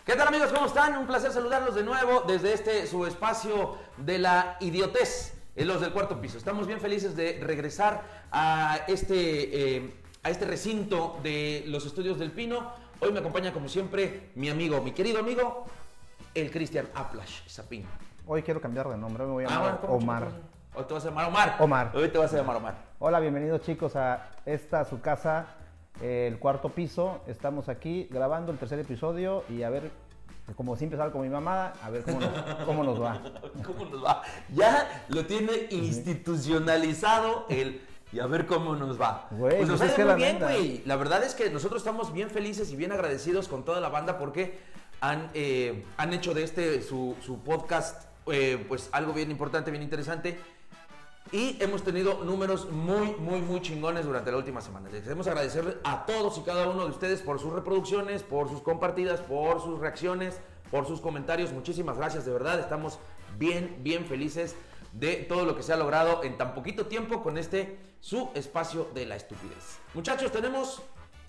¿Qué tal, amigos? ¿Cómo están? Un placer saludarlos de nuevo desde su espacio de la idiotez, en los del cuarto piso. Estamos bien felices de regresar a este recinto de los estudios del Pino. Hoy me acompaña, como siempre, mi querido amigo, el Cristian Aplash Sapin. Hoy quiero cambiar de nombre, me voy a llamar Omar. Hoy te vas a llamar Omar. Omar. Hoy te vas a llamar Omar. Hola, bienvenidos chicos a su casa, el cuarto piso. Estamos aquí grabando el tercer episodio y a ver, como siempre salgo con mi mamá, a ver cómo nos va. ¿Cómo nos va? Ya lo tiene institucionalizado y a ver cómo nos va. Güey, pues nos ha es ido que muy bien, güey. La verdad es que nosotros estamos bien felices y bien agradecidos con toda la banda porque han hecho de su podcast pues algo bien importante, bien interesante. Y hemos tenido números muy chingones durante la última semana. Les queremos agradecer a todos y cada uno de ustedes por sus reproducciones, por sus compartidas, por sus reacciones, por sus comentarios. Muchísimas gracias, de verdad. Estamos bien felices de todo lo que se ha logrado en tan poquito tiempo con su espacio de la estupidez. Muchachos, tenemos...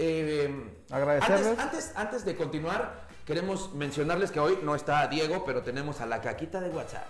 agradecerles. Antes de continuar, queremos mencionarles que hoy no está Diego, pero tenemos a la caquita de WhatsApp.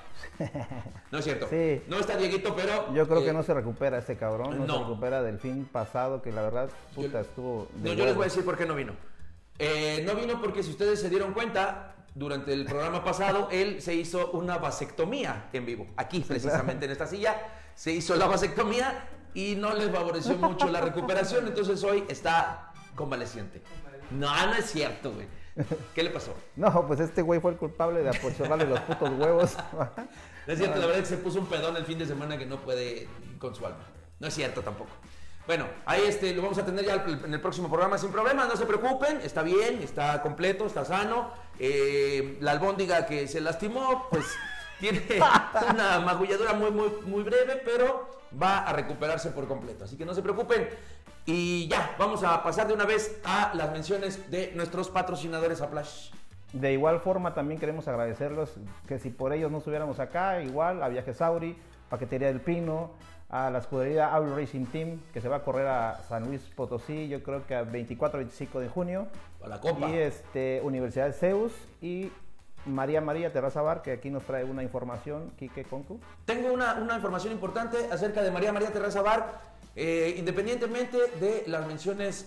No es cierto. Sí. No está Dieguito, pero... Yo creo que no se recupera ese cabrón, no se recupera del fin pasado, que la verdad, estuvo... yo les voy a decir por qué no vino. No vino porque, si ustedes se dieron cuenta, durante el programa pasado, él se hizo una vasectomía en vivo. Aquí, precisamente, en esta silla, se hizo la vasectomía y no les favoreció mucho la recuperación, entonces hoy está convaleciente. No es cierto, güey. ¿Qué le pasó? No, pues este güey fue el culpable de apochorrarle los putos huevos. No es cierto, la verdad es que se puso un pedón el fin de semana que no puede con su alma. No es cierto tampoco. Bueno, ahí lo vamos a tener ya en el próximo programa sin problemas, no se preocupen, está bien, está completo, está sano. La albóndiga que se lastimó, pues tiene una magulladura muy breve, pero va a recuperarse por completo. Así que no se preocupen. Y ya, vamos a pasar de una vez a las menciones de nuestros patrocinadores Aplash. De igual forma también queremos agradecerlos, que si por ellos no estuviéramos acá, igual a Viajes Auri, Paquetería del Pino, a la escudería Auri Racing Team, que se va a correr a San Luis Potosí, yo creo que a 24-25 de junio. A la Copa. Y Universidad de Zeus y María Terraza Bar, que aquí nos trae una información, Quique Concu. Tengo una información importante acerca de María Terraza Bar. Independientemente de las menciones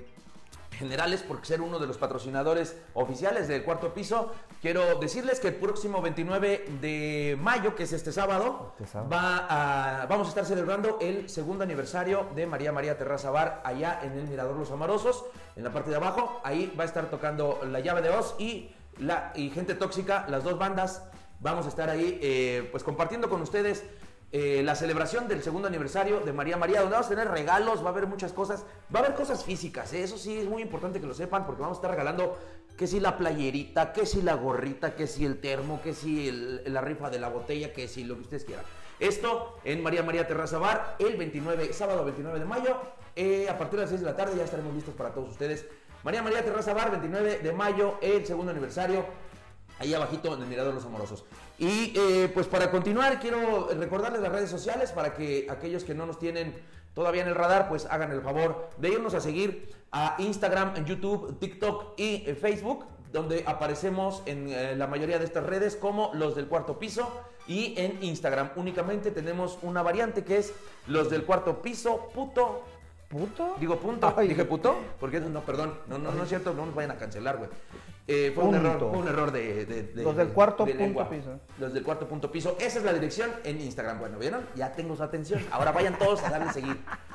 generales, por ser uno de los patrocinadores oficiales del cuarto piso, quiero decirles que el próximo 29 de mayo, que es este sábado, vamos a estar celebrando el segundo aniversario de María Terraza Bar allá en el Mirador Los Amorosos, en la parte de abajo. Ahí va a estar tocando La Llave de Oz y Gente Tóxica, las dos bandas. Vamos a estar ahí pues compartiendo con ustedes la celebración del segundo aniversario de María, donde vamos a tener regalos, va a haber muchas cosas, va a haber cosas físicas, eso sí es muy importante que lo sepan, porque vamos a estar regalando que si la playerita, que si la gorrita, que si el termo, que si la rifa de la botella, que si lo que ustedes quieran. Esto en María Terraza Bar, sábado 29 de mayo, a partir de las 6 de la tarde ya estaremos listos para todos ustedes. María Terraza Bar, 29 de mayo, el segundo aniversario, ahí abajito en el Mirador Los Amorosos. Y pues para continuar, quiero recordarles las redes sociales para que aquellos que no nos tienen todavía en el radar, pues hagan el favor de irnos a seguir a Instagram, en YouTube, TikTok y Facebook, donde aparecemos en la mayoría de estas redes como Los del Cuarto Piso. Y en Instagram únicamente tenemos una variante que es Los del Cuarto Piso, ¿Puto? Digo punto, Ay, dije puto, porque no, perdón, no es cierto, no nos vayan a cancelar, güey. Fue un error de Los del cuarto de punto piso. Los del cuarto punto piso, esa es la dirección en Instagram. Bueno, ¿vieron? Ya tengo su atención. Ahora vayan todos a darle seguir.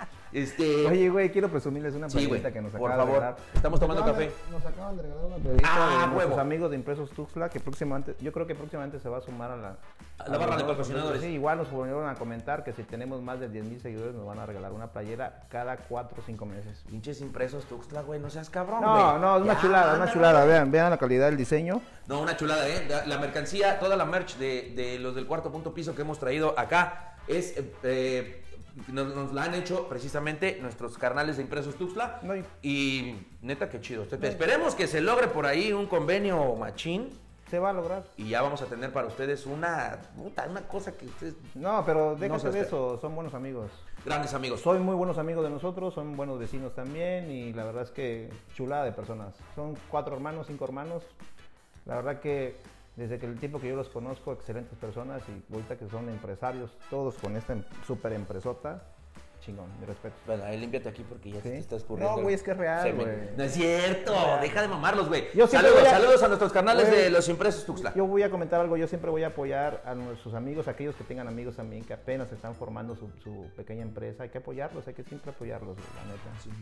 Oye, güey, quiero presumirles una playerita que nos por acaba de favor, regalar. estamos tomando café. Nos acaban de regalar una playerita de huevo. nuestros amigos de Impresos Tuxtla, que yo creo que próximamente se va a sumar a la barra de patrocinadores. Sí, igual nos volvieron a comentar que si tenemos más de 10,000 seguidores nos van a regalar una playera cada 4 o 5 meses. Pinches Impresos Tuxtla, güey, no seas cabrón, güey. No, es una chulada, vean la calidad del diseño. No, una chulada, la mercancía, toda la merch de los del cuarto punto piso que hemos traído acá es... Nos la han hecho precisamente nuestros carnales de Impresos Tuxtla. No, y neta, qué chido. Esperemos que se logre por ahí un convenio machín. Se va a lograr. Y ya vamos a tener para ustedes una cosa que ustedes... No, pero déjate de eso, son buenos amigos. Grandes amigos. Soy muy buenos amigos de nosotros, son buenos vecinos también y la verdad es que chulada de personas. Son 4 hermanos, 5 hermanos. La verdad que desde que el tiempo que yo los conozco, excelentes personas y ahorita que son empresarios, todos con esta súper empresota, chingón, mi respeto. Bueno, ahí límpiate aquí porque ya ¿Sí? se te está escurriendo. No, güey, es que es real, güey. No es cierto, deja de mamarlos, güey. Saludos a nuestros canales de Los Impresos Tuxtla. Yo voy a comentar algo, yo siempre voy a apoyar a nuestros amigos, aquellos que tengan amigos también que apenas están formando su pequeña empresa, hay que apoyarlos, hay que siempre apoyarlos, güey, la neta. Sí,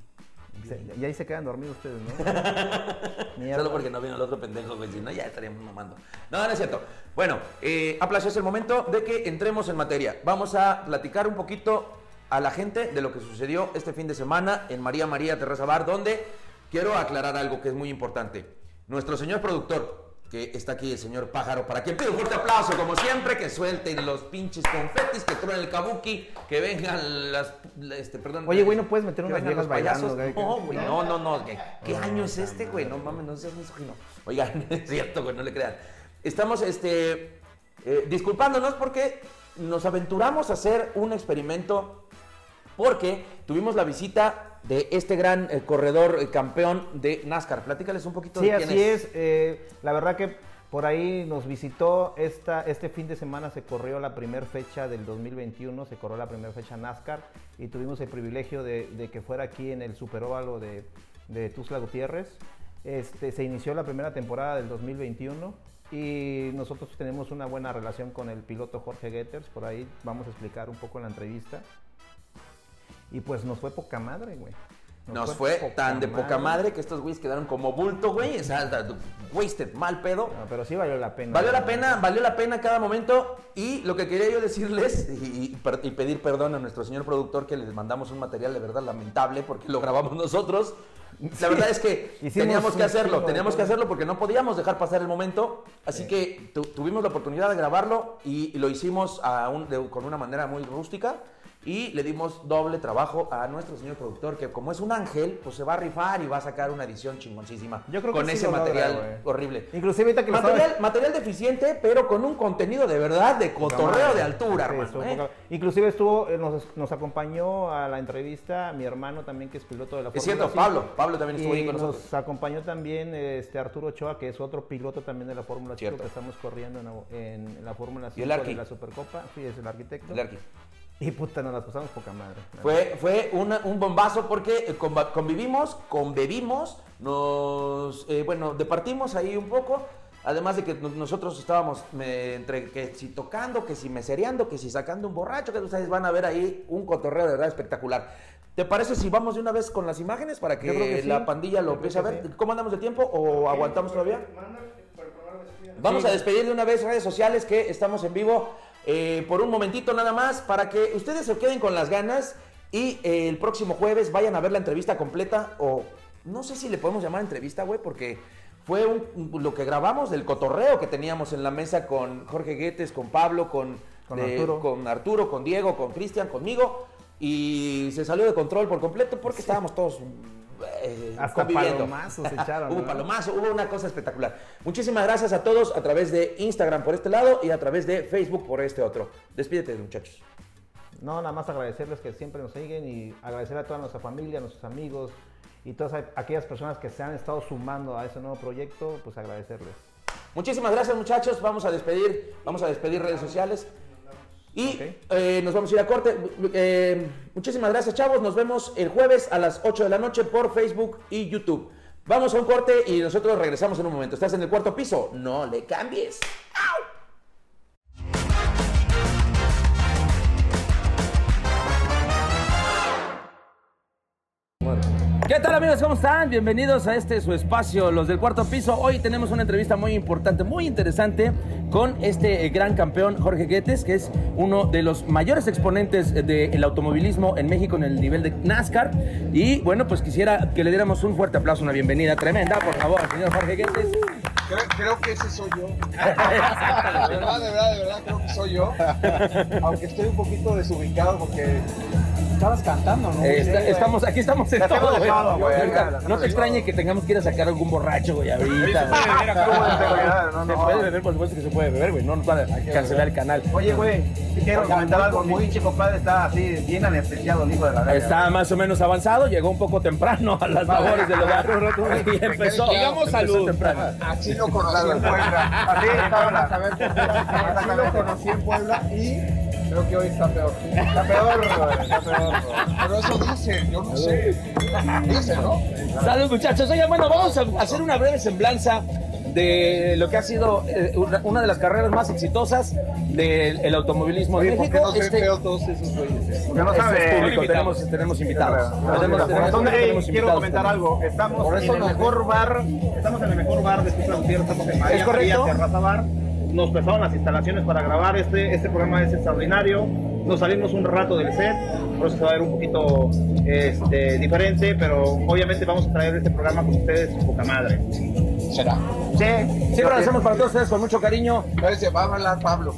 Y ahí se quedan dormidos ustedes, ¿no? Solo porque no vino el otro pendejo, güey, si no ya estaríamos mamando. No, no es cierto. Bueno, Aplas, es el momento de que entremos en materia. Vamos a platicar un poquito a la gente de lo que sucedió este fin de semana en María María Terraza Bar, donde quiero aclarar algo que es muy importante. Nuestro señor productor, que está aquí, el señor Pájaro, para quien pido un fuerte aplauso, como siempre, que suelten los pinches confetis, que truenen el kabuki, que vengan las, perdón. Oye, güey, no puedes meter unas viejas payasos. bailando, No, güey, no. ¿Qué año es este, güey? No mames, no seas misógino. Oigan, es cierto, güey, no le crean. Estamos, disculpándonos porque nos aventuramos a hacer un experimento porque tuvimos la visita de este gran corredor campeón de NASCAR. Platícales un poquito de quién es. Sí, así es. La verdad que por ahí nos visitó este fin de semana, se corrió la primera fecha del 2021, se corrió la primera fecha NASCAR y tuvimos el privilegio de que fuera aquí en el Superóvalo de Tuxtla Gutiérrez. Se inició la primera temporada del 2021 y nosotros tenemos una buena relación con el piloto Jorge Getters, por ahí vamos a explicar un poco en la entrevista. Y pues nos fue poca madre, güey. Nos fue tan de poca madre que estos güeyes quedaron como bulto, güey. O sea, wasted, mal pedo. No, pero sí valió la pena. Valió la pena cada momento. Y lo que quería yo decirles y pedir perdón a nuestro señor productor, que les mandamos un material de verdad lamentable porque lo grabamos nosotros. La verdad es que teníamos que hacerlo porque no podíamos dejar pasar el momento. Así que tuvimos la oportunidad de grabarlo y lo hicimos con una manera muy rústica. Y le dimos doble trabajo a nuestro señor productor, que como es un ángel, pues se va a rifar y va a sacar una edición chingoncísima. Yo creo que con ese material horrible. Inclusive ahorita que material deficiente, pero con un contenido de verdad de cotorreo de altura, hermano. Inclusive nos acompañó a la entrevista mi hermano también, que es piloto de la Fórmula 5. Es cierto, Pablo también estuvo ahí con nosotros. Nos acompañó también Arturo Ochoa, que es otro piloto también de la Fórmula 5, que estamos corriendo en la Fórmula 5 de la Supercopa. Sí, es el arquitecto. El arqui. Y puta, nos las pasamos poca madre. Fue un bombazo porque convivimos, departimos ahí un poco. Además de que nosotros estábamos entre que si tocando, que si mesereando, que si sacando un borracho, que ustedes van a ver ahí un cotorreo de verdad espectacular. ¿Te parece si vamos de una vez con las imágenes para que la pandilla lo empiece a ver? Sí. ¿Cómo andamos de tiempo o aguantamos todavía? Vamos a despedir de una vez redes sociales que estamos en vivo. Por un momentito nada más, para que ustedes se queden con las ganas y el próximo jueves vayan a ver la entrevista completa, o no sé si le podemos llamar entrevista, güey, porque fue lo que grabamos del cotorreo que teníamos en la mesa con Jorge Getters, con Pablo, con Arturo, con Diego, con Cristian, conmigo, y se salió de control por completo porque estábamos todos hasta palomazos se echaron. Hubo palomazo, hubo una cosa espectacular. Muchísimas gracias a todos a través de Instagram por este lado y a través de Facebook por este otro. Despídete, muchachos. No, nada más agradecerles que siempre nos siguen y agradecer a toda nuestra familia, a nuestros amigos y todas aquellas personas que se han estado sumando a ese nuevo proyecto, pues agradecerles. Muchísimas gracias, muchachos. Vamos a despedir redes sociales. Y nos vamos a ir a corte. Muchísimas gracias, chavos. Nos vemos el jueves a las 8 de la noche por Facebook y YouTube. Vamos a un corte y nosotros regresamos en un momento. ¿Estás en el cuarto piso? No le cambies. ¡Au! ¿Qué tal, amigos? ¿Cómo están? Bienvenidos a su espacio, los del cuarto piso. Hoy tenemos una entrevista muy importante, muy interesante con este gran campeón Jorge Getters, que es uno de los mayores exponentes del automovilismo en México en el nivel de NASCAR. Y bueno, pues quisiera que le diéramos un fuerte aplauso, una bienvenida tremenda, por favor, señor Jorge Getters. Creo que ese soy yo. De verdad, creo que soy yo. Aunque estoy un poquito desubicado porque estabas cantando, ¿no? Aquí estamos en todo, güey. güey. No te extrañe que tengamos que ir a sacar algún borracho, güey, ahorita. Se puede beber, por supuesto que se puede beber, güey. No nos van a cancelar el canal. Oye, güey, quiero comentar algo. Mi pinche compadre está así, bien anestesiado, el hijo de la verga. Está más o menos avanzado, llegó un poco temprano a las labores del hogar y empezó. Digamos salud. Así lo conocí en Puebla. Así está, Así lo conocí en Puebla y creo que hoy está peor. Está peor, güey. Está peor, Pero eso dicen, yo no sé. Dicen, ¿no? Salud, muchachos. Oigan, bueno, vamos a hacer una breve semblanza de lo que ha sido una de las carreras más exitosas del automovilismo en ¿Por qué México. no se ven feos todos esos güeyes? Porque no Este sabe. es público, tenemos invitados. Quiero comentar algo. Estamos en el mejor bar de Tuxtla Gutiérrez, estamos en María María Terraza Bar. Nos prestaron las instalaciones para grabar este programa, es extraordinario. Nos salimos un rato del set, por eso se va a ver un poquito diferente, pero obviamente vamos a traer este programa con ustedes su poca madre. ¿Será? Sí, Siempre lo hacemos para todos ustedes con mucho cariño. Entonces va a hablar Pablo.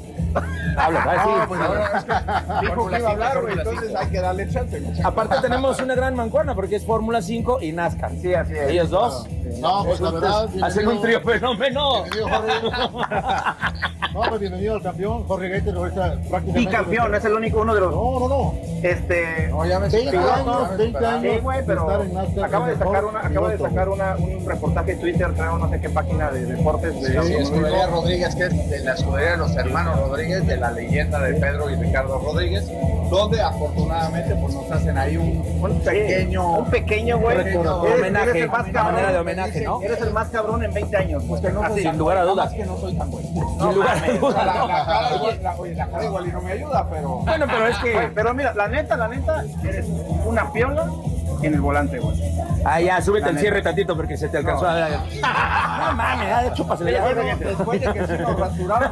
Habla, Pues ahora es que dijo que iba a hablar, güey, entonces hay que darle chance. Aparte tenemos una gran mancuerna porque es Fórmula 5 y NASCAR. Sí, así es. Ellos dos No, pues la verdad. hacen un trío fenómeno. Bienvenido, Jorge. No, pues bienvenido al campeón, Jorge Gaiter, ahorita prácticamente. Y campeón, es el único uno de los. No. No, ya me 20 superaron, años, 20 años. Sí, güey, pero estar en NASCAR, acabo de sacar un reportaje en Twitter, creo, no sé qué página de deportes. Sí, Escudería Rodríguez, que es de la escudería de los hermanos Rodríguez, de la leyenda de Pedro y Ricardo Rodríguez, donde afortunadamente pues nos hacen ahí un pequeño, güey. Homenaje, Eres el más cabrón, manera de homenaje, ¿no? Eres el más cabrón en 20 años. Pues que no soy Así. Sin lugar a dudas. que no soy tan bueno. Sin lugar a O sea, dudas. la cara igual y no me ayuda, pero... Bueno, pero es que. Pero mira, la neta, eres una piola en el volante, güey. Ah, ya, súbete el neta. cierre tantito porque se te alcanzó a ver. No mames, ya, chúpasele ya. Después de que sí nos rasuramos,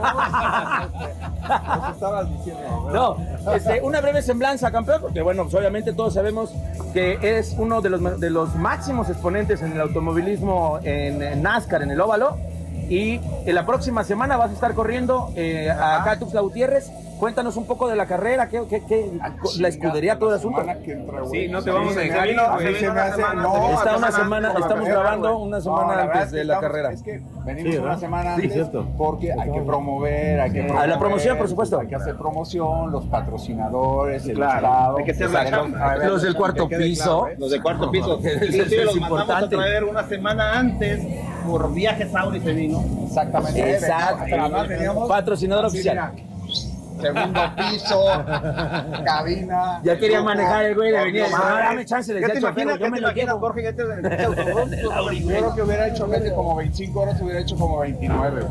nos estabas diciendo, ¿verdad? No, una breve semblanza, campeón, porque bueno, pues obviamente todos sabemos que es uno de los máximos exponentes en el automovilismo en NASCAR, en el óvalo. Y en la próxima semana vas a estar corriendo acá a Tuxtla Gutiérrez. Cuéntanos un poco de la carrera, la escudería, todo el asunto. Sí, no te vamos a dejar ir, güey. Estamos grabando una semana antes de la carrera. Es que venimos una semana antes porque hay que promover, A la promoción, por supuesto. Hay que hacer promoción, los patrocinadores, el Claro, estado. hay que hacer la chamba. Los del cuarto piso. Los de cuarto piso. Eso Inclusive es los mandamos a importante. traer una semana antes por viaje Sauri se vino. Exactamente. Exacto. Pero además veníamos Patrocinador así, oficial. mira, segundo piso, cabina. Ya quería grupo. manejar el güey, le venía. No, No, dame chance, le ¿Qué decía te al chofer, imaginas? yo ¿Qué me te lo imaginas, llevo. Jorge Gaiter en el autobús? Yo creo que hubiera hecho en vez de como 25 horas, hubiera hecho como 29.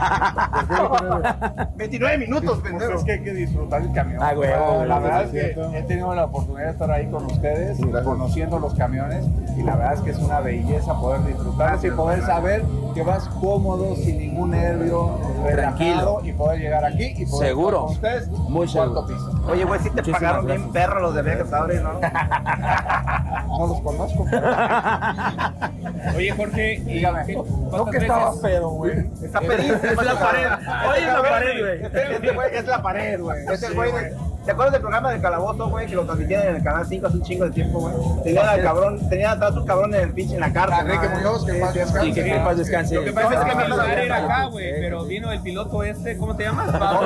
29 minutos, pendejo. Pues es que hay que disfrutar el camión. Ah, güey. La verdad es que he tenido la oportunidad de estar ahí con ustedes, conociendo los camiones, y la verdad es que es una belleza poder disfrutarlos y poder saber que vas cómodo, sin ningún nervio, relajado, y poder llegar aquí y poder Seguro. estar con ustedes. Muy cuarto seguro. piso. Oye, güey, sí te Muchísimas pagaron gracias. bien perro los de viaje Sauri, ¿no? No los conozco. Oye, Jorge, y Dígame. No ¿cuántas que estaba veces? pedo, güey. Está pedísimo. Es la pared. Oye, es la pared, güey. Este güey es la pared, güey. Es el güey ¿te acuerdas del programa del Calabozo, güey? Que lo transmitían en el Canal 5 hace un chingo de tiempo, güey. Tenía atrás un cabrón en el pinche en la cárcel. Enrique ¿no? Muñoz, que paz descanse. Y que en paz descanse. Lo que pasa es que mi no, lugar no, era no, acá, no, güey, pero vino el piloto ¿cómo te llamas? Jorge.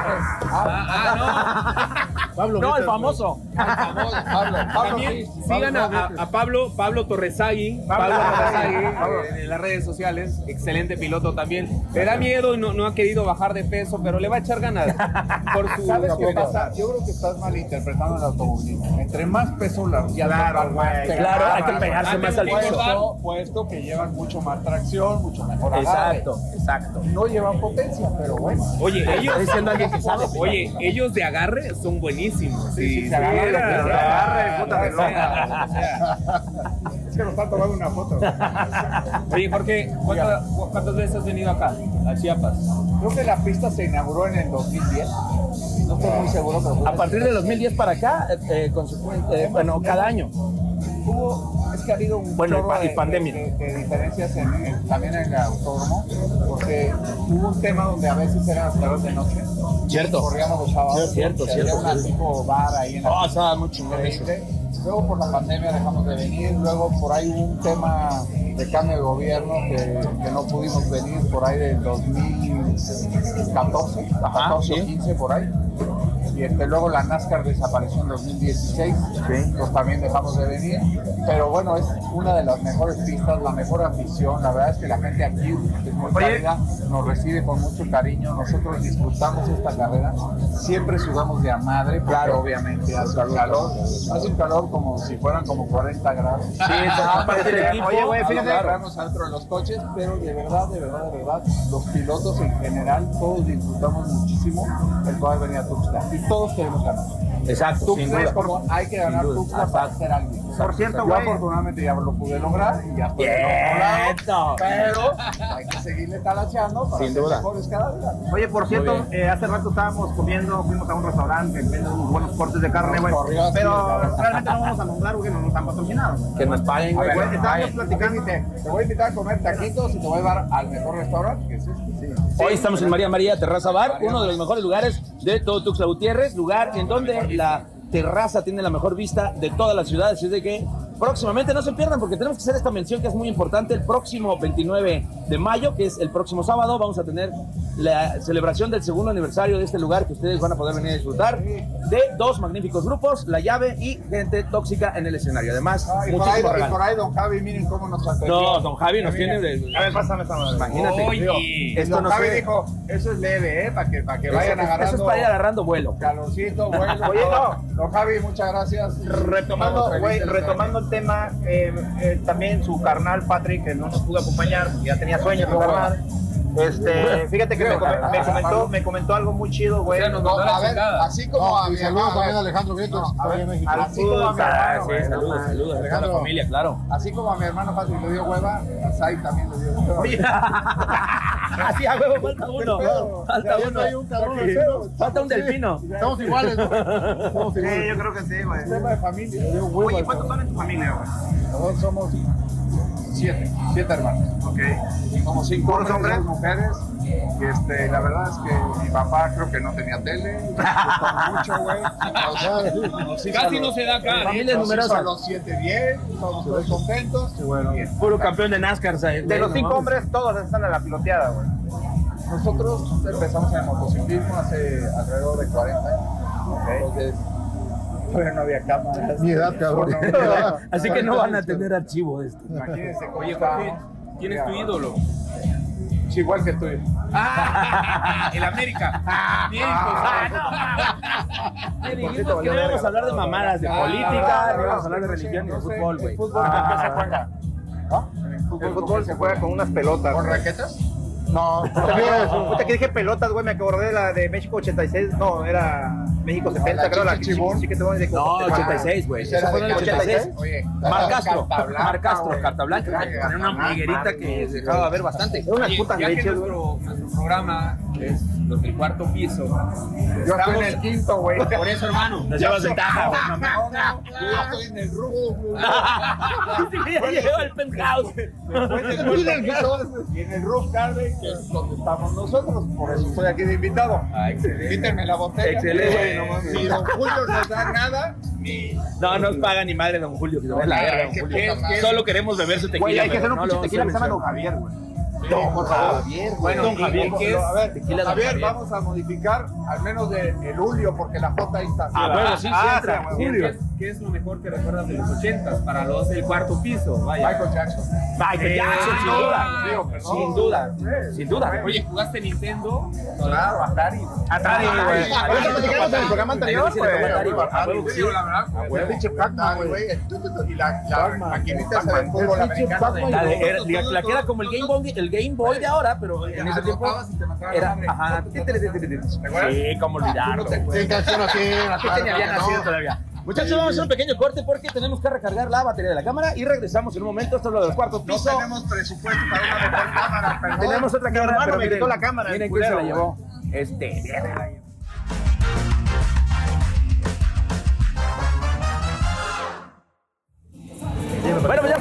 Pablo, No, el Gaiter, famoso. Pablo, También sigan a Pablo Torresagui, en las redes sociales, excelente piloto también. Le da miedo y no ha querido bajar de peso, pero le va a echar ganas por su ¿Sabes qué seguridad. pasa? Yo creo que estás malinterpretando el automovilismo. Entre más peso la Claro, güey. Claro, hay que pegarse más al piso. puesto que llevan mucho más tracción, mucho mejor agarre. Exacto. No llevan potencia, pero bueno. Oye, Está diciendo alguien que sabe. Oye, ellos de agarre son buenísimos. Sí, se agarran lo que se agarre, puta de loca. o sea. Es que nos están tomando una foto. Oye, Jorge, ¿cuántas veces has venido acá, a Chiapas? Creo que la pista se inauguró en el 2010. No estoy muy seguro, pero A partir de 2010 para acá, bueno, cada año. Es que ha habido un Bueno, chorro y pandemia. de diferencias también en el autódromo, porque hubo un tema donde a veces eran las carreras de noche. Cierto. Corríamos los sábados. Cierto. Había un tipo bar ahí en la Estaba muy chingón eso. increíble. Luego por la pandemia dejamos de venir, luego por ahí hubo un tema de cambio de gobierno que no pudimos venir por ahí del 2014, 14 o 15 por ahí. Y luego la NASCAR desapareció en 2016, pues también dejamos de venir. Pero bueno, es una de las mejores pistas, la mejor afición. La verdad es que la gente aquí es muy cálida, nos recibe con mucho cariño. Nosotros disfrutamos esta carrera. Siempre sudamos de a madre, porque obviamente hace un calor. Hace un calor como si fueran como 40 grados. Sí, aparte del equipo. Oye, güey, fíjate, agarrarnos adentro de los coches, pero de verdad, los pilotos en general, todos disfrutamos muchísimo el poder venir a Tuxtla. Y todos queremos ganar. Exacto, sin Tuxtla es duda. como hay que ganar Tuxtla para ser alguien. Por cierto, Yo güey. afortunadamente ya lo pude lograr y ya estoy del otro lado, pero hay que seguirle talacheando para Sin ser duda. mejores cada día. Oye, por cierto, Muy hace rato estábamos comiendo, fuimos a un restaurante, venden unos buenos cortes de carne, güey. Corrió así, Pero cabrón. realmente no vamos a nombrar porque no nos han patrocinado. Que nos paguen, A güey. ver, Güey, estábamos platicando. te voy a invitar a comer taquitos y te voy a llevar al mejor restaurante, que es este. Hoy estamos en María Terraza Bar, uno de los mejores lugares de todo Tuxtla Gutiérrez, lugar en donde la terraza tiene la mejor vista de toda la ciudad, así de que próximamente no se pierdan porque tenemos que hacer esta mención que es muy importante. El próximo 29 de mayo, que es el próximo sábado, vamos a tener la celebración del segundo aniversario de este lugar que ustedes van a poder venir a disfrutar de dos magníficos grupos, La Llave y Gente Tóxica en el escenario. Además, Y por ahí, don Javi, miren cómo nos atendió. No, don Javi nos tiene... A ver, pásame esa madre. Imagínate. Oye, Esto don no Javi sé. dijo, eso es leve, para que vayan agarrando. Eso es para ir agarrando vuelo. Calorcito, bueno. Oye, no. Don Javi, muchas gracias. Retomando, Estamos güey, felices, retomando el tema, también su carnal Patrick, que no nos pudo acompañar, ya tenía sueño su carnal. Fíjate que me comentó algo muy chido, güey. O sea, nos No, mandó la a ver, chingada. así como No, a y mi saludos hermano, también a Alejandro Vieto, que está allá en México. así como a mi hermano, güey, Saludos a toda la Alejandro. familia, claro. así como a mi hermano Patrick le dio hueva, a Sai también le dio hueva. Oye, así a huevo, falta uno. Falta Ya uno. no hay un cabrón de cero. Falta un delfino. Estamos iguales, ¿no? Estamos Sí, iguales. yo creo que sí, güey. Tema de familia. Le dio hueva Oye, al ¿cuántos son en tu familia, güey? Nosotros somos 7 hermanos. Ok. Somos 5 ¿Puros hombres y hombres? 2 mujeres. La verdad es que mi papá creo que no tenía tele, nos gustó mucho, güey. Casi no se da acá. Familias Nos hizo a numerosas. los 7 bien, todos contentos. Bien. Puro campeón de NASCAR. De los 5 hombres, todos están en la piloteada, güey. Nosotros empezamos en el motociclismo hace alrededor de 40 años. Entonces, todavía no había cámaras. Mi edad, cabrón. No, mi edad. Así que no van a tener archivo de esto. Imagínense cómo Oye, estábamos. Jorge, ¿quién es tu ídolo? Sí, igual que el tuyo. El América. Bien, pues. Dijimos que no íbamos a hablar de mamadas, de política, no íbamos a hablar de religión ni de fútbol, güey. ¿El fútbol con qué se juega? ¿No? El fútbol se juega con unas pelotas. ¿Con raquetas? No, ahorita que dije pelotas, güey, me acordé de la de México 86. No, era México 70, la creo, la chichibón. sí que te voy a decir. No, 86, güey. Esa Eso era fue en el de 86. Oye, Mar Castro, Carta Blanca, Mar Castro, güey. Carta Blanca, que tenía una amiguerita que se dejaba ver bastante. Era unas putas Ya que leches, nuestro programa es los del cuarto piso. Yo estoy en el quinto, güey. Por eso, hermano, nos llevas ventaja, güey. No, yo ya estoy en el roof. Sí, ya llegó al penthouse. Y en el roof garden, que es donde estamos nosotros. Por eso estoy aquí de invitado. Invítenme la botella. Excelente. No mames. Si don Julio nos da nada, No nos paga ni madre don Julio, que se vaya a la verga, don ¿qué Julio. piensas? Solo queremos beber su tequila. Güey, hay que hacer pero un no pinche lo tequila que se llama vamos a Don Javier, güey. por favor. Bueno, Don Javier, ¿qué es? a ver, Tequila Don Javier, Javier. vamos a modificar al menos de el Julio, porque la J ahí está. Ah, bueno, sí, sí entra. sí, Julio. ¿Qué es lo mejor que recuerdas de los 80s para los del cuarto piso? Vaya. Michael Jackson. Michael Jackson, sin duda. Digo, perdón. Sin duda. Sin duda. Oye, ¿jugaste Nintendo? Claro, Atari. Atari, güey. Ahorita platicamos en el programa anterior, güey. Digo, la verdad, el pinche Pac-Man, güey. Y la maquinita esa de fútbol americano. La que era como el Game Boy de ahora, pero en ese tiempo era. Ajá. Sí, cómo olvidarlo. ¿Qué canción así? ¿Qué tenía había nacido todavía? Muchachos, vamos a hacer un pequeño corte porque tenemos que recargar la batería de la cámara y regresamos en un momento. Esto es lo del cuarto No piso. tenemos presupuesto para una mejor cámara, perdón. Tenemos otra cámara, hermano pero me miren, quitó la cámara, miren el quién se la culero, llevó. Bueno, pues ya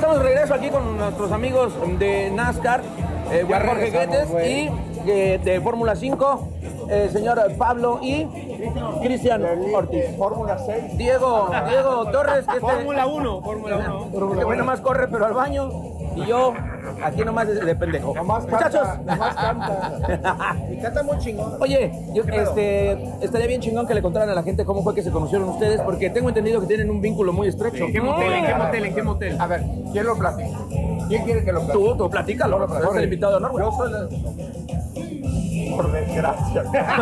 aquí con nuestros amigos de NASCAR, Juan Jorge Guedes, y de Fórmula 5, señor Pablo y Cristian Ortiz. Fórmula 6. Diego Torres, que Fórmula 1. este güey nomás corre pero al baño, y yo aquí nomás de pendejo. Muchachos. Nomás canta. Y canta muy chingón. Oye, estaría bien chingón que le contaran a la gente cómo fue que se conocieron ustedes, porque tengo entendido que tienen un vínculo muy estrecho. ¿En qué motel? A ver, ¿quién lo platica? ¿Quién quiere que lo platique? Tú platícalo, eres el invitado de honor, güey. Yo soy por desgracia.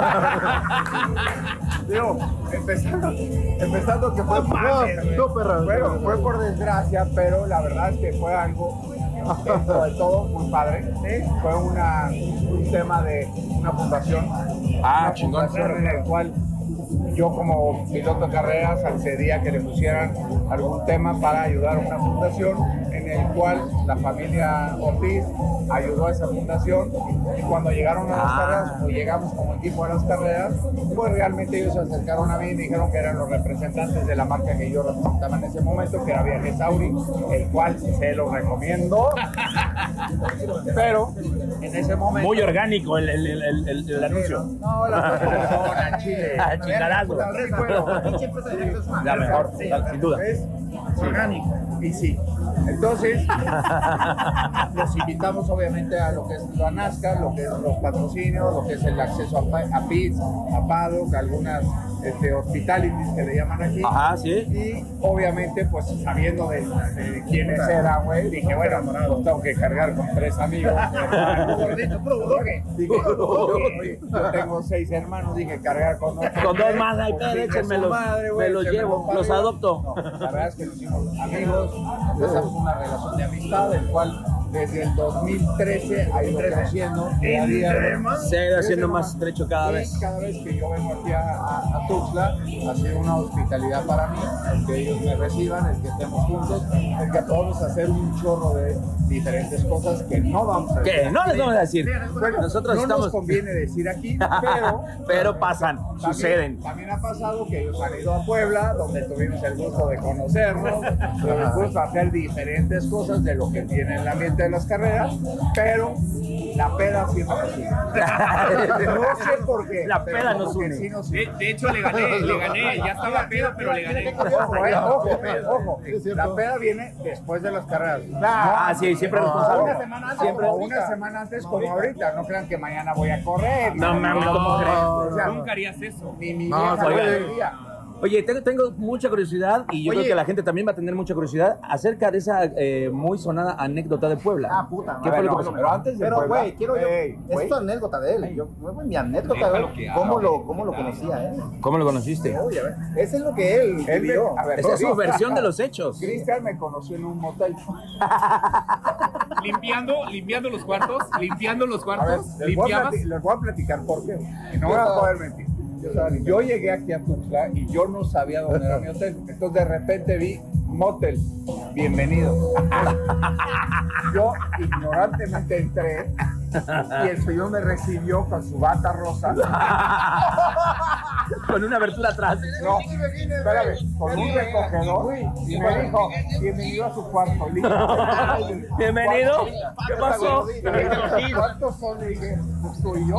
Digo, empezando que fue bueno, fue por desgracia, pero la verdad es que fue algo dentro de todo muy padre. Fue un tema de una fundación. Una chingón. fundación en el cual yo como piloto de carreras accedí a que le pusieran algún tema para ayudar a una fundación, en el cual la familia Ortiz ayudó a esa fundación, y cuando llegaron a las carreras, o llegamos como equipo a las carreras, pues realmente ellos se acercaron a mí y dijeron que eran los representantes de la marca que yo representaba en ese momento, que era Viajes Sauri, el cual se lo recomiendo, pero en ese momento... Muy orgánico el anuncio. No, las cosas son a Chile. Chingadazo. La mejor, sin duda. Es orgánico. Y sí. Entonces, los invitamos obviamente a lo que es la NASCAR, lo que es los patrocinios, lo que es el acceso a pits, a paddock, algunas hospitalities que le llaman aquí. Ajá, sí. Y obviamente, pues sabiendo de quiénes eran, güey, dije, bueno, los tengo que cargar con 3 amigos. Dije, oye, yo tengo 6 hermanos, dije, cargar con 2. Con 2 más, ahí échenmelos, me los llevo, los adopto. No, la verdad es que nos hicimos amigos, empezamos una relación de amistad, el cual desde el 2013 ha ido creciendo. Se ha ido haciendo más estrecho cada vez. Cada vez que yo vengo aquí a Tuxtla, ha sido una hospitalidad para mí, el que ellos me reciban, el que estemos juntos, el que podamos hacer un chorro de diferentes cosas que no vamos a decir. ¿Qué? No les vamos a decir. Bueno, nosotros no estamos... nos conviene decir aquí, pero pasan, suceden. También ha pasado que ellos han ido a Puebla, donde tuvimos el gusto de conocernos, tuvimos el gusto de hacer diferentes cosas de lo que tiene el ambiente de las carreras, pero la peda siempre nos une. No sé por qué. La peda nos une. Sí nos une. De hecho, le gané. Ya estaba pedo, pero le gané. Ojo, la peda viene después de las carreras. Sí, siempre responsable. Una semana antes, una semana antes como ahorita. No crean que mañana voy a correr. No mames, ¿cómo crees? O sea, Nunca harías eso. Ni mi vieja lo diría. Oye, tengo mucha curiosidad, y yo creo que la gente también va a tener mucha curiosidad acerca de esa muy sonada anécdota de Puebla. Puta. ¿Qué fue lo que pasó? Pero antes de Puebla, güey, quiero yo. Es tu anécdota de él. Mi anécdota de él. ¿Cómo lo conocía él? ¿Cómo lo conociste? Oye, a ver. Eso es lo que él vivió. Esa es su versión de los hechos. Cristian me conoció en un motel. Limpiando los cuartos. A ver, les voy a platicar por qué. Y no voy a poder mentir. Yo llegué aquí a Tuxtla y yo no sabía dónde era mi hotel. Entonces de repente vi motel, bienvenido. Yo ignorantemente entré y el señor me recibió con su bata rosa. Con una abertura atrás. No, espérame, con un recogedor y me dijo, bienvenido a su cuarto. Bienvenido. ¿Qué pasó? ¿Cuántos son? Le dije, ¿tú y yo?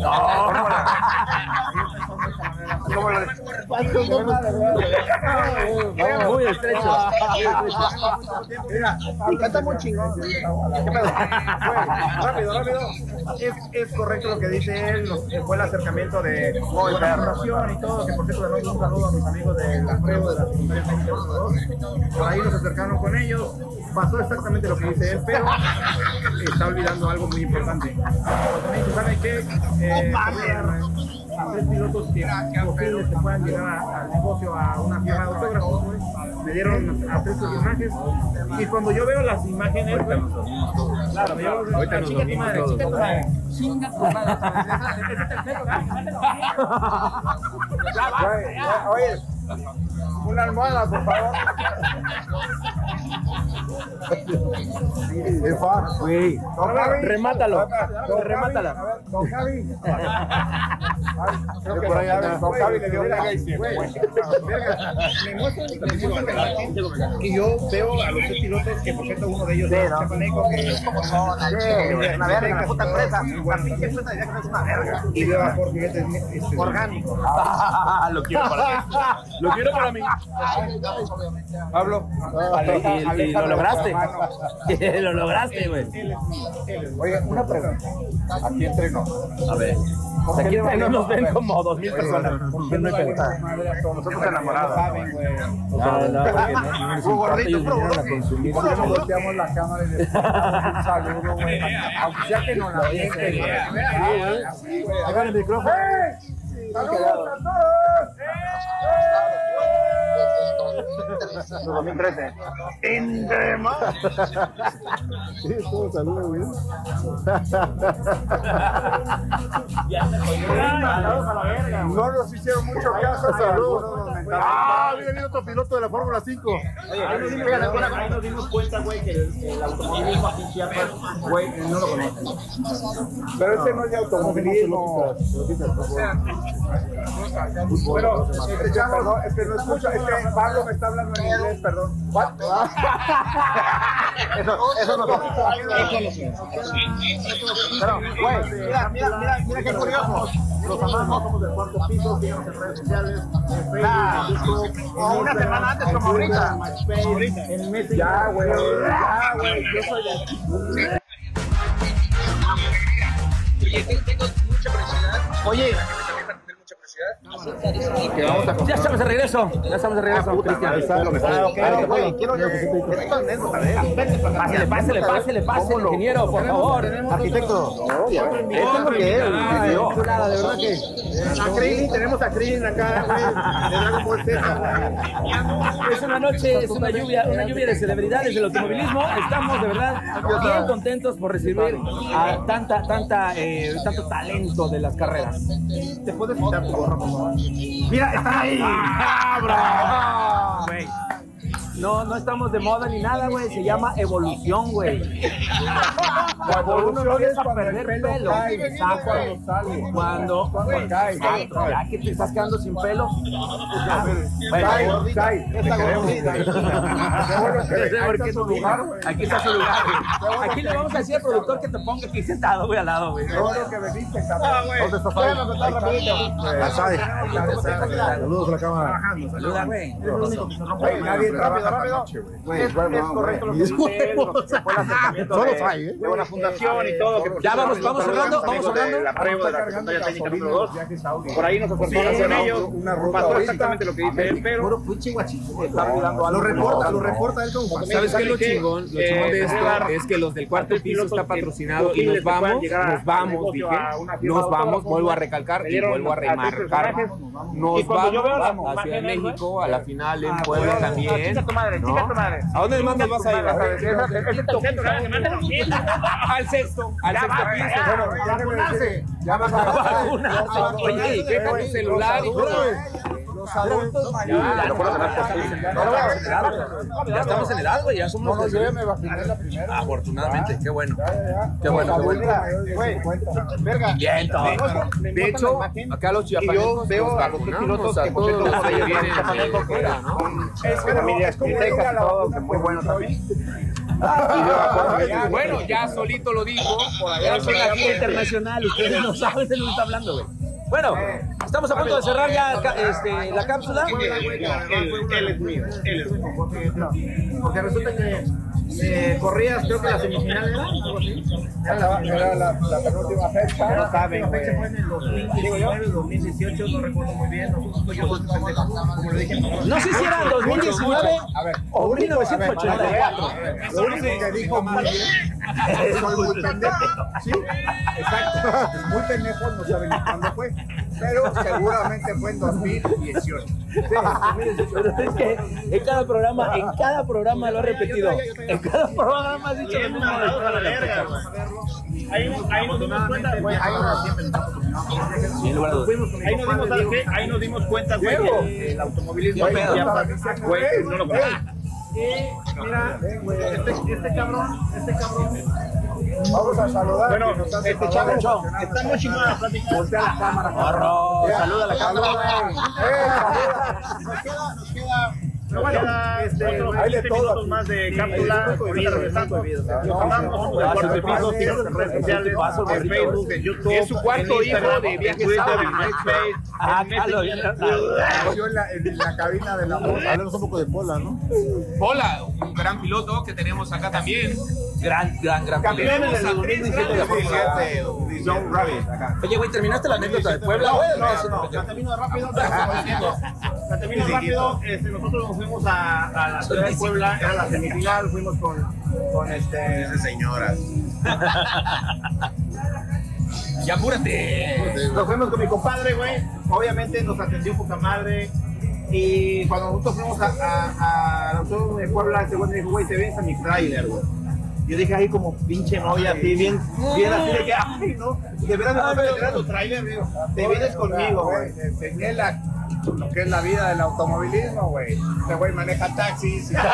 No. Muy estrecho. Mira, y canta muy chingón. ¿Qué pedo? Rápido. Es correcto lo que dice él. Fue el acercamiento de la fundación y todo. Que por cierto, le mando un saludo a mis amigos de la prueba de la secundaria México 2. Por ahí nos acercaron con ellos. Pasó exactamente lo que dice él, pero está olvidando algo muy importante. Porque me dice, ¿sabe qué? A 3 pilotos que posibles que puedan llegar al negocio, a una firma de autógrafos, me dieron a 3 personajes, y cuando yo veo las imágenes, claro, Ahorita nos dormimos todos. Chinga tu madre. Oye, una almohada, por favor. Güey. Remátalo. Remátala. Don Javi. Creo que por ahí Don Javi le dio una y se fue. Y yo veo a los tres pilotos que, por cierto, uno de ellos es chapaneco, que es como son, una verga, la puta empresa, la pinche empresa diría que no es una verga. Y veo a Jorge orgánico. Lo quiero para mí. Lo quiero para mí. Pablo. Y lo lograste. Lo lograste, güey. Oye, una pregunta. Aquí entrenó. A ver. Aquí no nos ven como 2,000 personas. ¿Por qué no hay pregunta? Nosotros enamorados. ¿Por qué no volteamos la cámara y le un saludo, güey? Aunque sea que no la gente, Ahí va el micrófono. ¡Saludos a todos! 2013. ¡Entre más! Sí, todo saludos, güey. No nos hicieron mucho caso. Saludos. Viene otro piloto de la Fórmula 5. Ahí nos dimos cuenta, güey, que el automovilismo aquí en Chiapas, güey, no lo conocen. Pero ese no es de automovilismo. Pero, perdón, es que no escucho, es que Pablo me está hablando en inglés, perdón. Eso no pasa. Pero, güey, mira qué curioso. Los amamos, somos del cuarto piso, síganos en redes sociales, en Facebook, en YouTube. Una semana antes como ahorita. En Messenger. Ya, güey, yo soy de... Tengo mucha curiosidad. Oye. Ya estamos de regreso. Cristian. Pásele, ingeniero, por favor. Arquitecto. Esto es lo que es. Chulada, de verdad que. A Krillin, tenemos a Krillin acá, güey, de Dragon Ball Z. Es una noche, es una lluvia de celebridades del automovilismo. Estamos de verdad bien contentos por recibir a tanto talento de las carreras. ¿Te puedes quitar tu gorra, por favor? Mira, están ahí. ¡Cabra! Güey. No estamos de moda ni nada, güey. Se llama evolución, güey. La evolución es cuando el perder pelo cae, Exacto. cuando sale. Cuando cae. Exacto. Ya que te estás quedando sin pelo. Cae. Esta gordita. Aquí está su lugar, güey. Aquí le vamos a decir al productor que te ponga aquí sentado, güey, al lado, güey. Todo lo que veniste, cabrón. ¿Dónde estás ahí? Saludos a la cámara. Saluda, güey. Nadie trabaja rápido. Es correcto lo que dice. Solo hay, ¿eh? De una fundación y todo. Ya vamos cerrando. La prueba de la secundaria técnica número 2. Por ahí nos acercamos con ellos. Pasó exactamente lo que dice él, pero Lo reporta él como fan. ¿Sabes qué es lo chingón? Lo chingón de esto es que los del cuarto piso está patrocinado y nos vamos, vuelvo a recalcar y vuelvo a remarcar. Nos vamos hacia México, a la final en Puebla también. ¿No? ¿A dónde más nos vas a ir? Al sexto piso. Ya vas a Oye, deja tu celular y los adultos mayores. Ya estamos en edad, güey. Ya somos No, yo ya me vacuné la primera. Afortunadamente, qué bueno. Qué bueno. Bien, todo. de hecho, acá los chiapanecos veo a los pilotos que por cierto todos ellos vienen chapanecos de fuera, ¿no? Es como diga la que muy bueno también. Bueno, ya solito lo dijo. Ya soy la gira internacional, ustedes no saben de lo que está hablando, güey. Bueno, estamos a punto de cerrar ya la cápsula. Él es mío. Porque resulta que corrías, creo que la semifinal era algo así. Era la penúltima fecha. No saben, güey. Fue en el 2019, 2018, no recuerdo muy bien. Nosotros yo como lo dije. No sé si era en 2019 o 1984. Lo único que dijo muy bien es muy pendejo. Sí, exacto. Es muy pendejo, no saben ni cuándo fue. Pero seguramente fue en 2018. Pero es que en cada programa lo he repetido. En cada programa has dicho lo mismo. Ahí nos dimos cuenta. Ahí nos dimos cuenta, güey, que el automovilismo no lo conocía. Y mira, este cabrón. Vamos a saludar. Bueno, que nos hace este favor. chavo está muy chingona la plática. Voltea la cámara. Saluda a la cámara. Nos queda. Pero bueno, otros hay de 15 todo minutos aquí. más de cápsula. Ahorita regresando. Nos hablamos de Cuarto Piso, tiene redes sociales, en Facebook, en YouTube. Es su cuarto en hijo Instagram, de en Viajes Twitter, Sauri. en MySpace. Nació en la cabina de la moto. Hablemos un poco de Pola, ¿no? Pola, un gran piloto que tenemos acá también. Gran Campeón en el 2017 de Fórmula 17, John Rabbit, acá. Oye, güey, ¿terminaste la anécdota de Puebla? No, la termino rápido. La termino rápido. Nosotros nos fuimos a la ciudad de Puebla, era la semifinal, fuimos con Dice señoras. ¡Ya apúrate! Nos fuimos con mi compadre, güey. Obviamente nos atendió poca madre. Y cuando nosotros fuimos al autódromo de Puebla, ese güey me dijo, güey, te vienes a mi trailer, güey. Yo dije ahí como pinche novia, así, bien así de que, ay, no. De verdad me vas a meter a tu trailer, digo. Te vienes conmigo, güey. Enseñé lo que es la vida del automovilismo, güey. Este güey maneja taxis y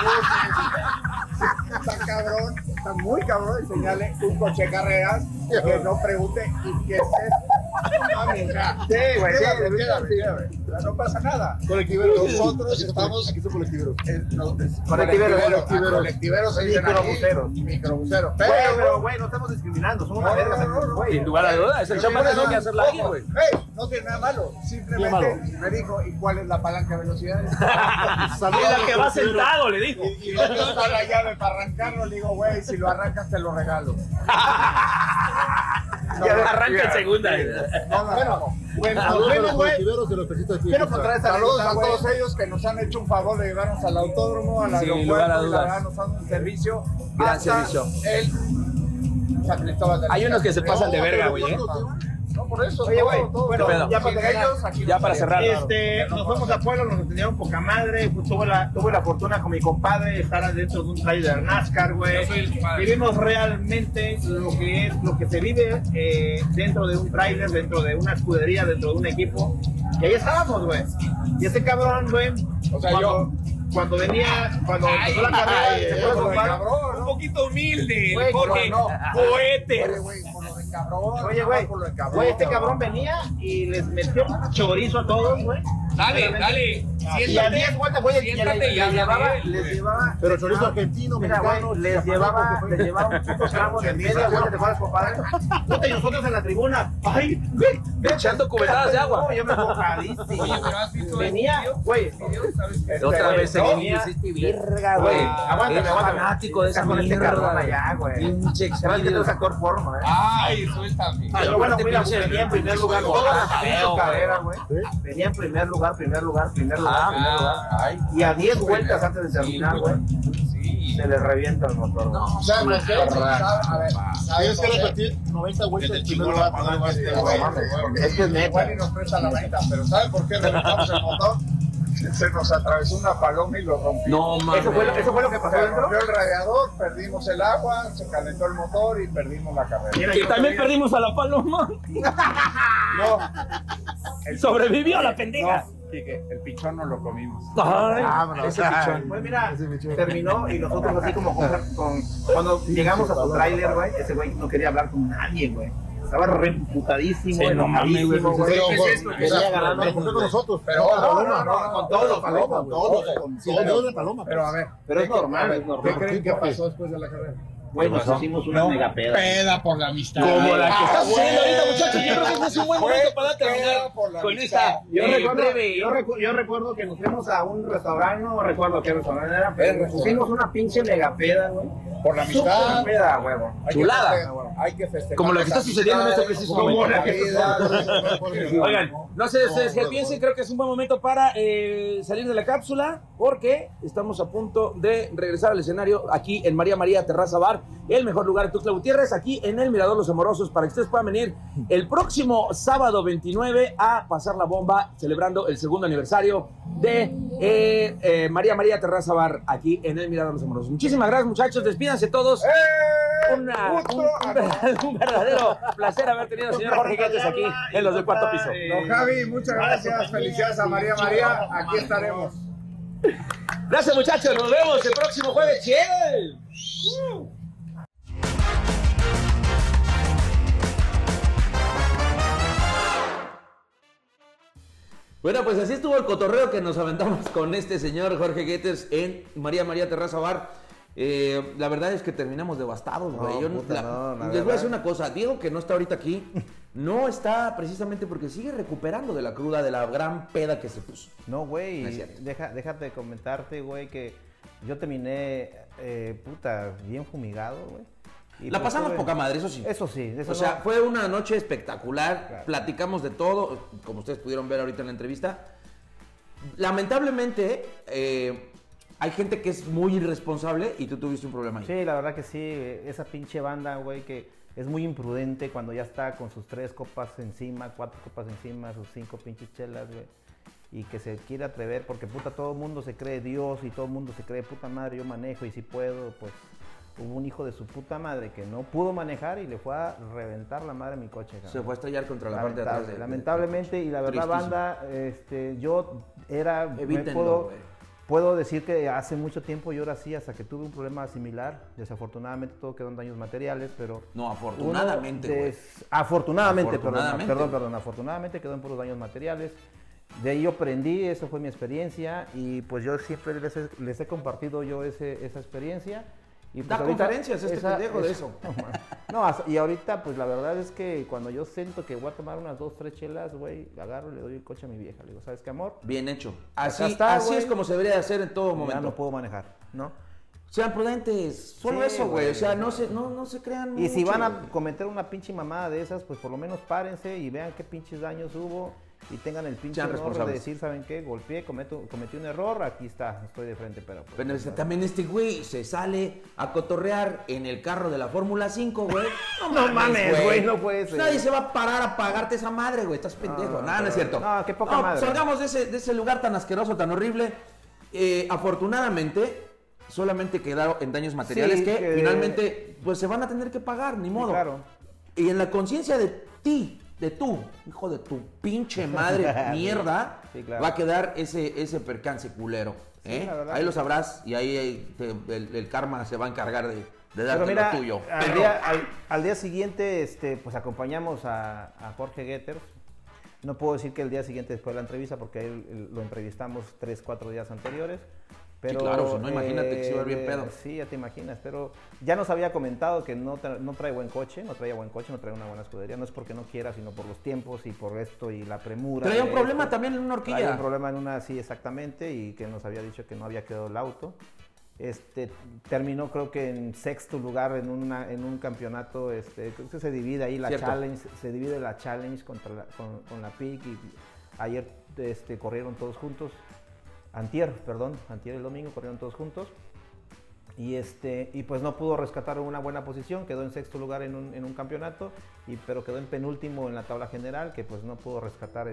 está cabrón, está muy cabrón enseñarle un coche de carreras que no pregunte ¿y qué es esto? Sí, güey, no pasa nada. Colectiveros. Nosotros estamos Aquí son colectiveros. colectiveros se dicen aquí, microbuseros. Pero, güey, no estamos discriminando, somos una verga, güey. Sin lugar a dudas, es el show más que hay que hacer la vida, güey. No tiene nada malo, simplemente me dijo, ¿y cuál es la palanca de velocidad? La que va sentado, le dijo. Y ¿dónde está la llave para arrancarlo? Le digo, güey, si lo arrancas te lo regalo. Arranca en segunda. Bueno, Saludos a nos los vemos, güey. colectiveros de los taxistas aquí. Quiero contar esta Saludos anécdota, a güey. todos ellos que nos han hecho un favor de llevarnos al autódromo, al Sin aeropuerto, lugar a y la dudas. verdad nos dan un servicio. Gran hasta servicio. El San Cristóbal de las Hay unos que se Casas. pasan de verga, güey, No, por eso. Oye, güey, bueno, pedo? ya para ellos, aquí Ya para cerrar. nos fuimos a Puebla, nos atendieron poca madre. Pues, tuve la fortuna con mi compadre de estar dentro de un trailer NASCAR, güey. Yo soy el compadre. Vivimos realmente lo que se vive dentro de un trailer, dentro de una escudería, dentro de un equipo. Y ahí estábamos, güey. Y ese cabrón, güey, O sea, cuando empezó la carrera, se fue a comprar. Un poquito humilde, Güey, Jorge. no. Poete. Oye, güey, por lo de cabrón. Oye, güey, por lo de cabrón. güey, este cabrón venía y les metió chorizo a todos, güey. Dale. Y a 10 vueltas, güey, Siéntate y habla, les llevaba. Pero chorizo argentino, Mira, mexicano. güey, les llevaba un puto tramo de media vuelta de fueras, compadre. Puta, y nosotros en la tribuna. Ay, güey, Echando cubetadas de agua. No, yo me enfocadísimo. Oye, pero has visto Venía, güey. Otra vez se venía. verga, güey. Aguántame, Es aguántame. fanático de esa Está con este mierda. cabrón allá, güey. Pinche Se va a tener esa forma, Ay, suéltame. Pero bueno, Aparte, mira, pinche venía en primer lugar gordo, todas las feo, pinches carreras, güey. Venía en primer lugar. Ay, Y a 10 vueltas antes de terminar, güey, sí. se le revienta el motor, güey. ¿Sabes qué? A ver, Tienes que repetir 90 vueltas en primer lugar para dar este güey. Es que es neta. Igual y nos presta la venta, pero ¿saben por qué reventamos el motor? Se nos atravesó una paloma y lo rompió. No mames. ¿Eso fue lo que pasó Se dentro? rompió el radiador, perdimos el agua, se calentó el motor y perdimos la carrera. Mira, Y yo también todavía- perdimos a la paloma. No, Sobrevivió la pendeja. no, Quique, el pichón no lo comimos. Ay, Vámonos. ese pichón. Pues mira, Ese bicho. terminó y nosotros así como cuando llegamos a su tráiler, güey, ese güey no quería hablar con nadie, güey. Estaba reputadísimo, Sí, no mames, güey. enojadísimo, Pero, güey. ¿qué es esto? Quería agarrarnos pero ¿por qué con nosotros? Pero No, con todos, paloma, con todos. todos. Si le dio la paloma. Pero a ver, Pero es normal, ¿qué es normal. creen que pasó después de la carrera? Güey, nos hicimos una mega peda. Peda por la amistad. Como la que está güey. sucediendo ahorita, muchachos. Yo creo que ese es un buen Fue momento para peda terminar por la con amistad. esta Yo recuerdo que nos fuimos a un restaurante, no recuerdo qué restaurante era, pero nos pusimos una pinche mega peda, güey. Por la amistad. Súper peda, huevo. Hay que Chulada. Hay que festejar. Como lo que está las sucediendo en este amistades, preciso como momento. la vida. Oigan, no sé ustedes qué piensen, creo que es un buen momento para salir de la cápsula, porque estamos a punto de regresar al escenario aquí en María María Terraza Bar, el mejor lugar de Tuxtla Gutiérrez, aquí en el Mirador Los Amorosos, para que ustedes puedan venir el próximo sábado 29 a pasar la bomba, celebrando el segundo aniversario de María María Terraza Bar, aquí en el Mirador Los Amorosos. Muchísimas gracias, muchachos, despídanse todos. Un verdadero placer haber tenido al señor Jorge Guedes aquí en los del Cuarto Piso. Don Javi, muchas gracias. Felicidades a María María. Aquí estaremos. Gracias, muchachos. Nos vemos el próximo jueves. ¡Chill! Bueno, pues así estuvo el cotorreo que nos aventamos con este señor Jorge Getters en María Terraza Bar. La verdad es que terminamos devastados, güey. Les voy a decir una cosa. Diego, que no está ahorita aquí, no está precisamente porque sigue recuperando de la cruda, de la gran peda que se puso. No, güey. No es cierto. Déjate comentarte, güey, que yo terminé, bien fumigado, güey. Y La pues pasamos tuve- poca madre, eso sí. Eso sí. Eso O sea, no- fue una noche espectacular, Claro. platicamos de todo, como ustedes pudieron ver ahorita en la entrevista. Lamentablemente, hay gente que es muy irresponsable y tú tuviste un problema ahí. Sí, la verdad que sí. Esa pinche banda, güey, que es muy imprudente cuando ya está con sus 3 copas encima, 4 copas encima, sus 5 pinches chelas, güey. Y que se quiere atrever porque, puta, todo el mundo se cree Dios y todo el mundo se cree, puta madre, yo manejo y si puedo, pues... Hubo un hijo de su puta madre que no pudo manejar y le fue a reventar la madre a mi coche, cabrón. Se fue a estrellar contra la parte de atrás. Lamentablemente, y la verdad, Tristísimo. banda, yo era... Evítenlo, güey. Puedo decir que hace mucho tiempo yo era así, hasta que tuve un problema similar. Desafortunadamente todo quedó en daños materiales, pero... No, afortunadamente, güey. Afortunadamente, Afortunadamente. perdón. Afortunadamente quedó en puros daños materiales. De ahí yo aprendí, eso fue mi experiencia. Y pues yo siempre les he compartido yo esa experiencia. Y pues Da conferencias pendejo de eso. No, y ahorita pues la verdad es que cuando yo siento que voy a tomar unas 2, 3 chelas, güey, agarro y le doy el coche a mi vieja. Le digo, ¿sabes qué, amor? Bien hecho. Acá Así, está, así güey. es como se debería de hacer en todo Ya momento. no puedo manejar, ¿no? Sean prudentes, solo Sí, eso, güey. güey. O sea, no se crean. Y si mucho, van a güey. cometer una pinche mamada de esas, pues por lo menos párense y vean qué pinches daños hubo y tengan el pinche Sean honor de responsables. decir, ¿saben qué? Golpeé, cometí un error, aquí está, estoy de frente, pero... pues, Pero también este güey se sale a cotorrear en el carro de la Fórmula 5, güey. No mames, güey, no puede ser. Nadie se va a parar a pagarte esa madre, güey. Estás pendejo. Nada, no es cierto. no, qué poca madre. Salgamos de ese lugar tan asqueroso, tan horrible. Afortunadamente, solamente quedaron en daños materiales Sí, que que- finalmente pues se van a tener que pagar, ni modo. claro. Y en la conciencia de ti, de tú, hijo de tu pinche madre mierda, Sí, claro. va a quedar ese percance culero. ¿eh? la verdad Ahí que lo sí. sabrás y ahí el karma se va a encargar de darte Pero mira, lo tuyo. al día siguiente, pues acompañamos a Jorge Getters. No puedo decir que el día siguiente después de la entrevista, porque a él lo entrevistamos 3, 4 días anteriores. Pero, claro, si no, imagínate que se iba a ver bien pedo. Sí, ya te imaginas, pero ya nos había comentado que no trae buen coche, no trae una buena escudería. No es porque no quiera, sino por los tiempos y por esto y la premura. Traía un de problema esto. también en una horquilla. Traía un problema en una, sí, exactamente, y que nos había dicho que no había quedado el auto. Terminó creo que en 6º lugar en un campeonato, creo que se divide ahí la Cierto. challenge, se divide la challenge con la PIC y ayer corrieron todos juntos, antier el domingo corrieron todos juntos y pues no pudo rescatar una buena posición, quedó en 6º lugar en un campeonato, pero quedó en penúltimo en la tabla general, que pues no pudo rescatar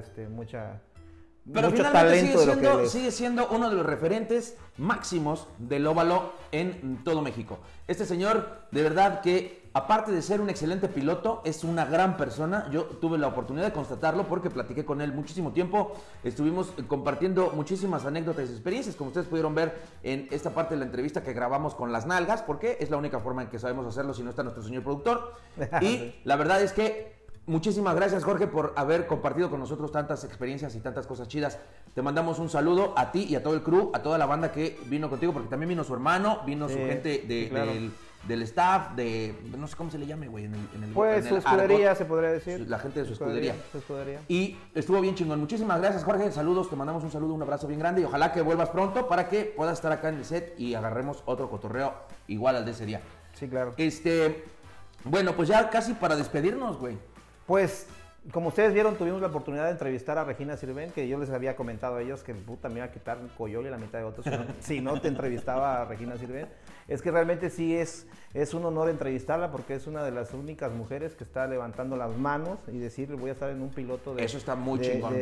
Pero mucho finalmente talento de lo que sigue siendo uno de los referentes máximos del óvalo en todo México. Este señor, de verdad que, aparte de ser un excelente piloto, es una gran persona. Yo tuve la oportunidad de constatarlo porque platiqué con él muchísimo tiempo. Estuvimos compartiendo muchísimas anécdotas y experiencias, como ustedes pudieron ver en esta parte de la entrevista que grabamos con las nalgas, porque es la única forma en que sabemos hacerlo si no está nuestro señor productor. Y la verdad es que muchísimas gracias, Jorge, por haber compartido con nosotros tantas experiencias y tantas cosas chidas. Te mandamos un saludo a ti y a todo el crew, a toda la banda que vino contigo, porque también vino su hermano, vino su gente claro. del staff, no sé cómo se le llame, güey, pues en su el escudería, argot, se podría decir. la gente de su escudería. Su escudería. Y estuvo bien chingón. Muchísimas gracias, Jorge. Saludos, te mandamos un saludo, un abrazo bien grande y ojalá que vuelvas pronto para que puedas estar acá en el set y agarremos otro cotorreo igual al de ese día. Sí, claro. Bueno, pues ya casi para despedirnos, güey. Pues, como ustedes vieron, tuvimos la oportunidad de entrevistar a Regina Sirven, que yo les había comentado a ellos que puta me iba a quitar un coyol y la mitad de otros si no te entrevistaba a Regina Sirven. Es que realmente sí es un honor entrevistarla porque es una de las únicas mujeres que está levantando las manos y decir voy a estar en un piloto de... Eso está muy chingón.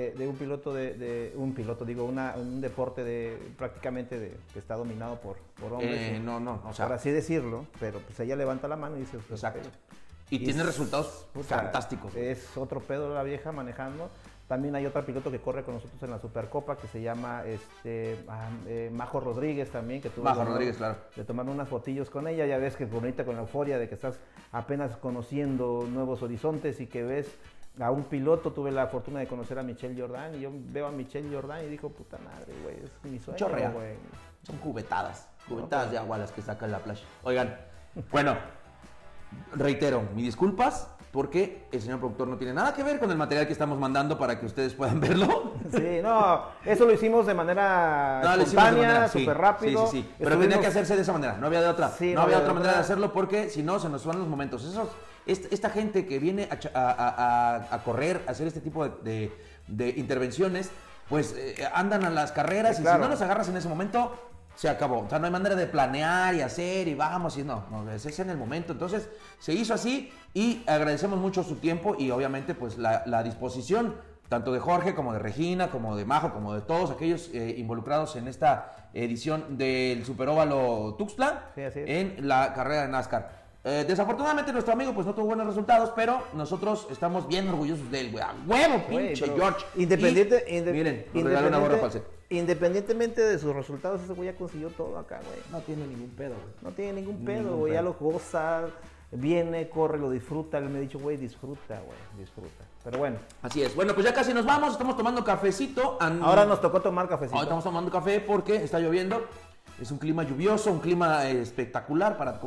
Un deporte prácticamente que está dominado por hombres. O sea, por así decirlo, pero pues ella levanta la mano y dice... Pues, exacto. ok. Y tiene resultados puta, fantásticos. Es otro pedo la vieja manejando. También hay otra piloto que corre con nosotros en la Supercopa que se llama Majo Rodríguez también, que tuvo Rodríguez, claro, de tomar unas fotillos con ella. Ya ves que bonita con la euforia de que estás apenas conociendo nuevos horizontes y que ves a un piloto. Tuve la fortuna de conocer a Michelle Jordan y yo veo a Michelle Jordan y digo, puta madre, güey, es mi sueño, Chorrea. güey. Son cubetadas de agua las que saca en la playa. Oigan, bueno, reitero, mis disculpas, porque el señor productor no tiene nada que ver con el material que estamos mandando para que ustedes puedan verlo. Sí, no, eso lo hicimos de manera espontánea, súper rápido. Sí. Pero tenía que hacerse de esa manera, no había de otra. Sí, no había otra manera de hacerlo porque si no se nos van los momentos. Esta gente que viene a correr, a hacer este tipo de intervenciones, pues andan a las carreras, sí, y claro, si no los agarras en ese momento, se acabó. O sea, no hay manera de planear y hacer y vamos y no, es en el momento. Entonces se hizo así y agradecemos mucho su tiempo y obviamente pues la disposición tanto de Jorge como de Regina, como de Majo, como de todos aquellos involucrados en esta edición del Superóvalo Tuxtla, sí, en la carrera de NASCAR. Desafortunadamente nuestro amigo pues no tuvo buenos resultados, pero nosotros estamos bien orgullosos de él, güey. ¡A huevo, pinche George! Miren, nos regaló una gorra para el set. Independientemente de sus resultados, ese güey ya consiguió todo acá, güey. No tiene ningún pedo, güey. No tiene ningún pedo, güey. Ya lo goza, viene, corre, lo disfruta. Él me ha dicho, güey, disfruta, güey, disfruta. Pero bueno. Así es. Bueno, pues ya casi nos vamos. Estamos tomando cafecito. Ahora nos tocó tomar cafecito. Ahora estamos tomando café porque está lloviendo. Es un clima lluvioso, un clima espectacular para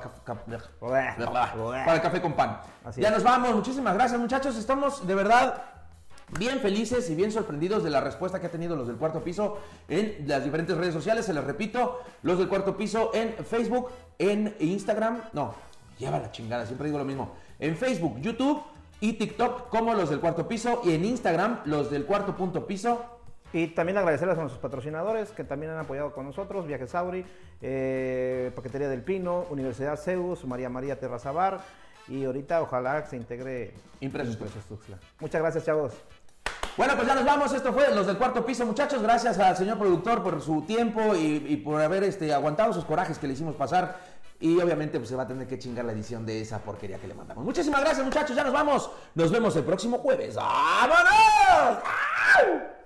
el café con pan. Así ya nos vamos. Muchísimas gracias, muchachos. Estamos de verdad bien felices y bien sorprendidos de la respuesta que han tenido los del Cuarto Piso en las diferentes redes sociales. Se les repito, los del Cuarto Piso en Facebook, en Instagram. No, lleva la chingada, siempre digo lo mismo. En Facebook, YouTube y TikTok como los del Cuarto Piso y en Instagram los del Cuarto Punto Piso. Y también agradecerles a nuestros patrocinadores que también han apoyado con nosotros, Viajes Sauri, Paquetería del Pino, Universidad Zeus, María Terrazabar y ahorita ojalá se integre Impresos Tuxtla. Muchas gracias, chavos. Bueno, pues ya nos vamos. Esto fue Los del Cuarto Piso, muchachos. Gracias al señor productor por su tiempo y por haber aguantado sus corajes que le hicimos pasar. Y obviamente pues se va a tener que chingar la edición de esa porquería que le mandamos. Muchísimas gracias, muchachos. Ya nos vamos. Nos vemos el próximo jueves. ¡Vámonos! ¡Au!